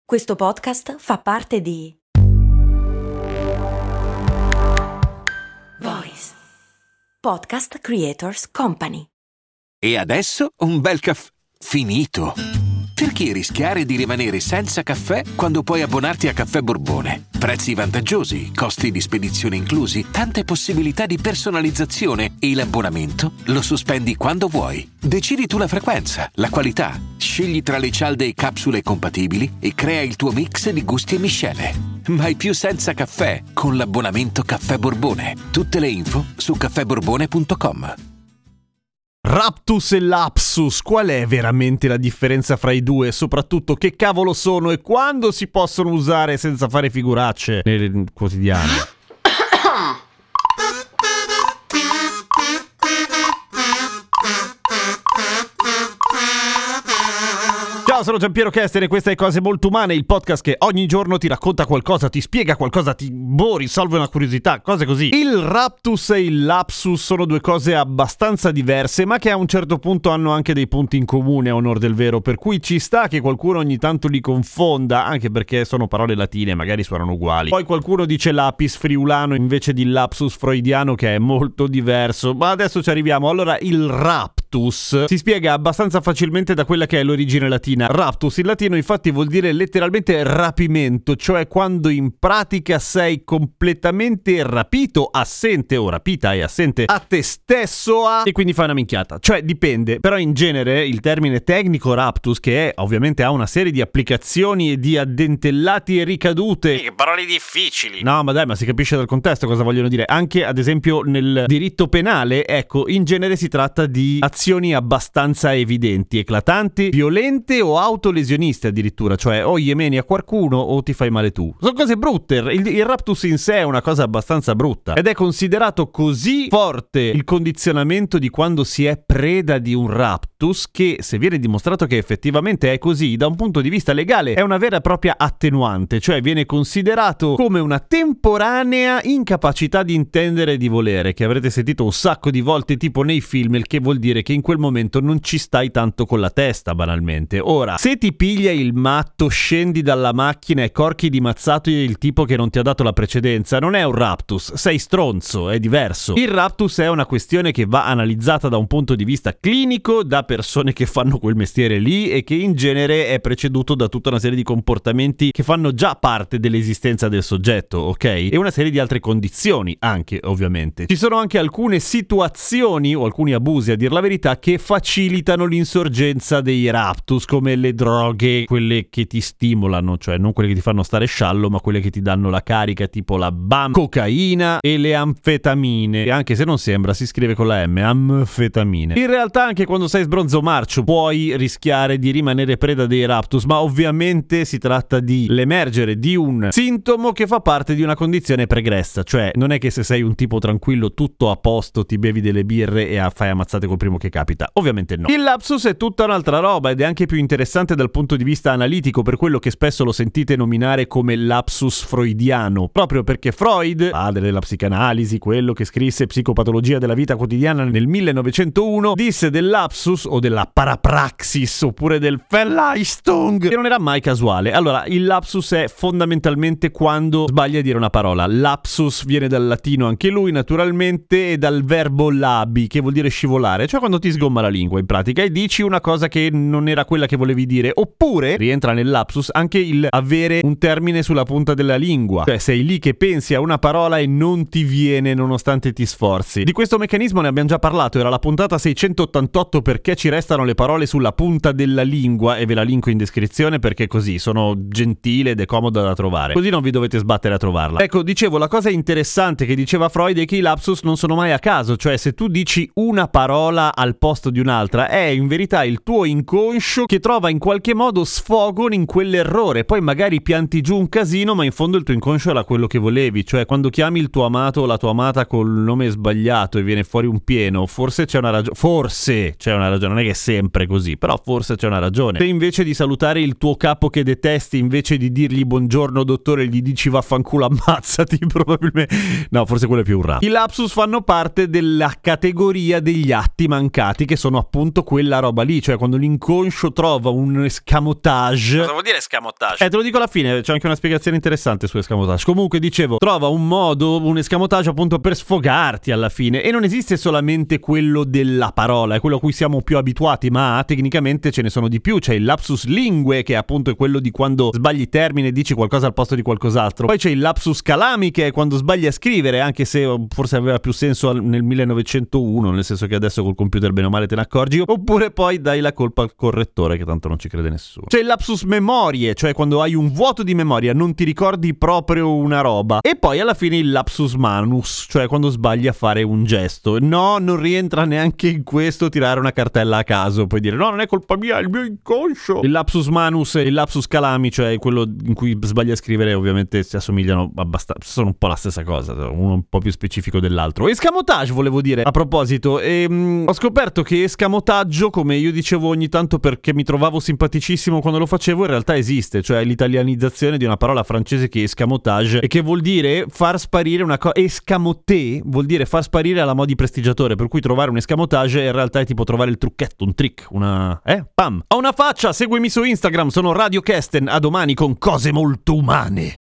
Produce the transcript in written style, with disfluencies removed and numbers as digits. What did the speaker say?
Questo podcast fa parte di Voice Podcast Creators Company. E adesso un bel caffè finito. Perché rischiare di rimanere senza caffè quando puoi abbonarti a Caffè Borbone? Prezzi vantaggiosi, costi di spedizione inclusi, tante possibilità di personalizzazione e l'abbonamento lo sospendi quando vuoi. Decidi tu la frequenza, la qualità, scegli tra le cialde e capsule compatibili e crea il tuo mix di gusti e miscele. Mai più senza caffè con l'abbonamento Caffè Borbone. Tutte le info su caffèborbone.com. Raptus e Lapsus, qual è veramente la differenza fra i due? Soprattutto che cavolo sono e quando si possono usare senza fare figuracce nel quotidiano? Ciao, sono Giampiero Kester e questa è Cose Molto Umane, il podcast che ogni giorno ti racconta qualcosa, ti spiega qualcosa, ti risolve una curiosità, cose così. Il raptus e il lapsus sono due cose abbastanza diverse, ma che a un certo punto hanno anche dei punti in comune, a onor del vero, per cui ci sta che qualcuno ogni tanto li confonda, anche perché sono parole latine, magari suonano uguali. Poi qualcuno dice lapis friulano invece di lapsus freudiano, che è molto diverso, ma adesso ci arriviamo. Allora, il raptus si spiega abbastanza facilmente da quella che è l'origine latina. Raptus in latino infatti vuol dire letteralmente rapimento, cioè quando in pratica sei completamente rapito, assente o rapita e assente a te stesso e quindi fai una minchiata. Cioè dipende, però in genere il termine tecnico raptus, che ovviamente ha una serie di applicazioni e di addentellati e ricadute. Che parole difficili. No, ma dai, ma si capisce dal contesto cosa vogliono dire. Anche ad esempio nel diritto penale, ecco, in genere si tratta di azioni abbastanza evidenti, eclatanti, violente o autolesioniste addirittura, cioè o iemeni a qualcuno o ti fai male tu. Sono cose brutte. Il raptus in sé è una cosa abbastanza brutta ed è considerato così forte il condizionamento di quando si è preda di un raptus che, se viene dimostrato che effettivamente è così, da un punto di vista legale è una vera e propria attenuante, cioè viene considerato come una temporanea incapacità di intendere e di volere, che avrete sentito un sacco di volte tipo nei film, il che vuol dire che in quel momento non ci stai tanto con la testa, banalmente. Ora, se ti piglia il matto, scendi dalla macchina e corchi di mazzato il tipo che non ti ha dato la precedenza, non è un raptus, sei stronzo, è diverso. Il raptus è una questione che va analizzata da un punto di vista clinico, da persone che fanno quel mestiere lì e che in genere è preceduto da tutta una serie di comportamenti che fanno già parte dell'esistenza del soggetto, ok? E una serie di altre condizioni anche, ovviamente. Ci sono anche alcune situazioni o alcuni abusi, a dir la verità, che facilitano l'insorgenza dei raptus, come le droghe, quelle che ti stimolano, cioè non quelle che ti fanno stare sciallo, ma quelle che ti danno la carica, tipo la BAM, cocaina e le anfetamine, e anche se non sembra si scrive con la M, anfetamine. In realtà anche quando sei sbronzo marcio puoi rischiare di rimanere preda dei raptus, ma ovviamente si tratta di l'emergere di un sintomo che fa parte di una condizione pregressa, cioè non è che se sei un tipo tranquillo tutto a posto ti bevi delle birre e fai ammazzate col primo che capita, ovviamente no. Il lapsus è tutta un'altra roba ed è anche più interessante dal punto di vista analitico, per quello che spesso lo sentite nominare come lapsus freudiano, proprio perché Freud, padre della psicanalisi, quello che scrisse Psicopatologia della vita quotidiana nel 1901, disse del lapsus o della parapraxis oppure del Verleistung che non era mai casuale. Allora, il lapsus è fondamentalmente quando sbagli a dire una parola. Lapsus viene dal latino anche lui, naturalmente, e dal verbo labi, che vuol dire scivolare, cioè quando ti sgomma la lingua in pratica e dici una cosa che non era quella che volevi dire. Oppure rientra nel lapsus anche il avere un termine sulla punta della lingua, cioè sei lì che pensi a una parola e non ti viene nonostante ti sforzi. Di questo meccanismo ne abbiamo già parlato, era la puntata 688, perché ci restano le parole sulla punta della lingua, e ve la linko in descrizione perché così sono gentile ed è comoda da trovare, così non vi dovete sbattere a trovarla. Ecco, dicevo, la cosa interessante che diceva Freud è che i lapsus non sono mai a caso, cioè se tu dici una parola al posto di un'altra è in verità il tuo inconscio che trova in qualche modo sfogo in quell'errore, poi magari pianti giù un casino ma in fondo il tuo inconscio era quello che volevi, cioè quando chiami il tuo amato o la tua amata col nome sbagliato e viene fuori un pieno, forse c'è una ragione, non è che è sempre così, però forse c'è una ragione. Se invece di salutare il tuo capo che detesti, invece di dirgli buongiorno dottore gli dici vaffanculo ammazzati, probabilmente no, forse quello è più un rap. I lapsus fanno parte della categoria degli atti mancati mancati, che sono appunto quella roba lì, cioè quando l'inconscio trova un escamotage. Cosa vuol dire escamotage? Te lo dico alla fine, c'è anche una spiegazione interessante su escamotage. Comunque dicevo, trova un modo, un escamotage appunto per sfogarti alla fine, e non esiste solamente quello della parola, è quello a cui siamo più abituati, ma tecnicamente ce ne sono di più. C'è il lapsus lingue, che appunto è quello di quando sbagli termine e dici qualcosa al posto di qualcos'altro. Poi c'è il lapsus calami, che è quando sbagli a scrivere, anche se forse aveva più senso nel 1901, nel senso che adesso col computer bene o male te ne accorgi, oppure poi dai la colpa al correttore, che tanto non ci crede nessuno. C'è il lapsus memorie, cioè quando hai un vuoto di memoria, non ti ricordi proprio una roba. E poi alla fine il lapsus manus, cioè quando sbagli a fare un gesto. No, non rientra neanche in questo tirare una cartella a caso, puoi dire no, non è colpa mia, è il mio inconscio. Il lapsus manus e il lapsus calami, cioè quello in cui sbagli a scrivere, ovviamente si assomigliano abbastanza, sono un po' la stessa cosa, uno un po' più specifico dell'altro. Escamotage volevo dire, a proposito, ho scoperto che escamotaggio, come io dicevo ogni tanto perché mi trovavo simpaticissimo quando lo facevo, in realtà esiste, cioè l'italianizzazione di una parola francese che è escamotage, e che vuol dire far sparire una cosa. Escamoté vuol dire far sparire alla modi prestigiatore, per cui trovare un escamotage in realtà è tipo trovare il trucchetto, un trick, una... pam! Ho una faccia, seguimi su Instagram, sono Radio Kesten, a domani con cose molto umane.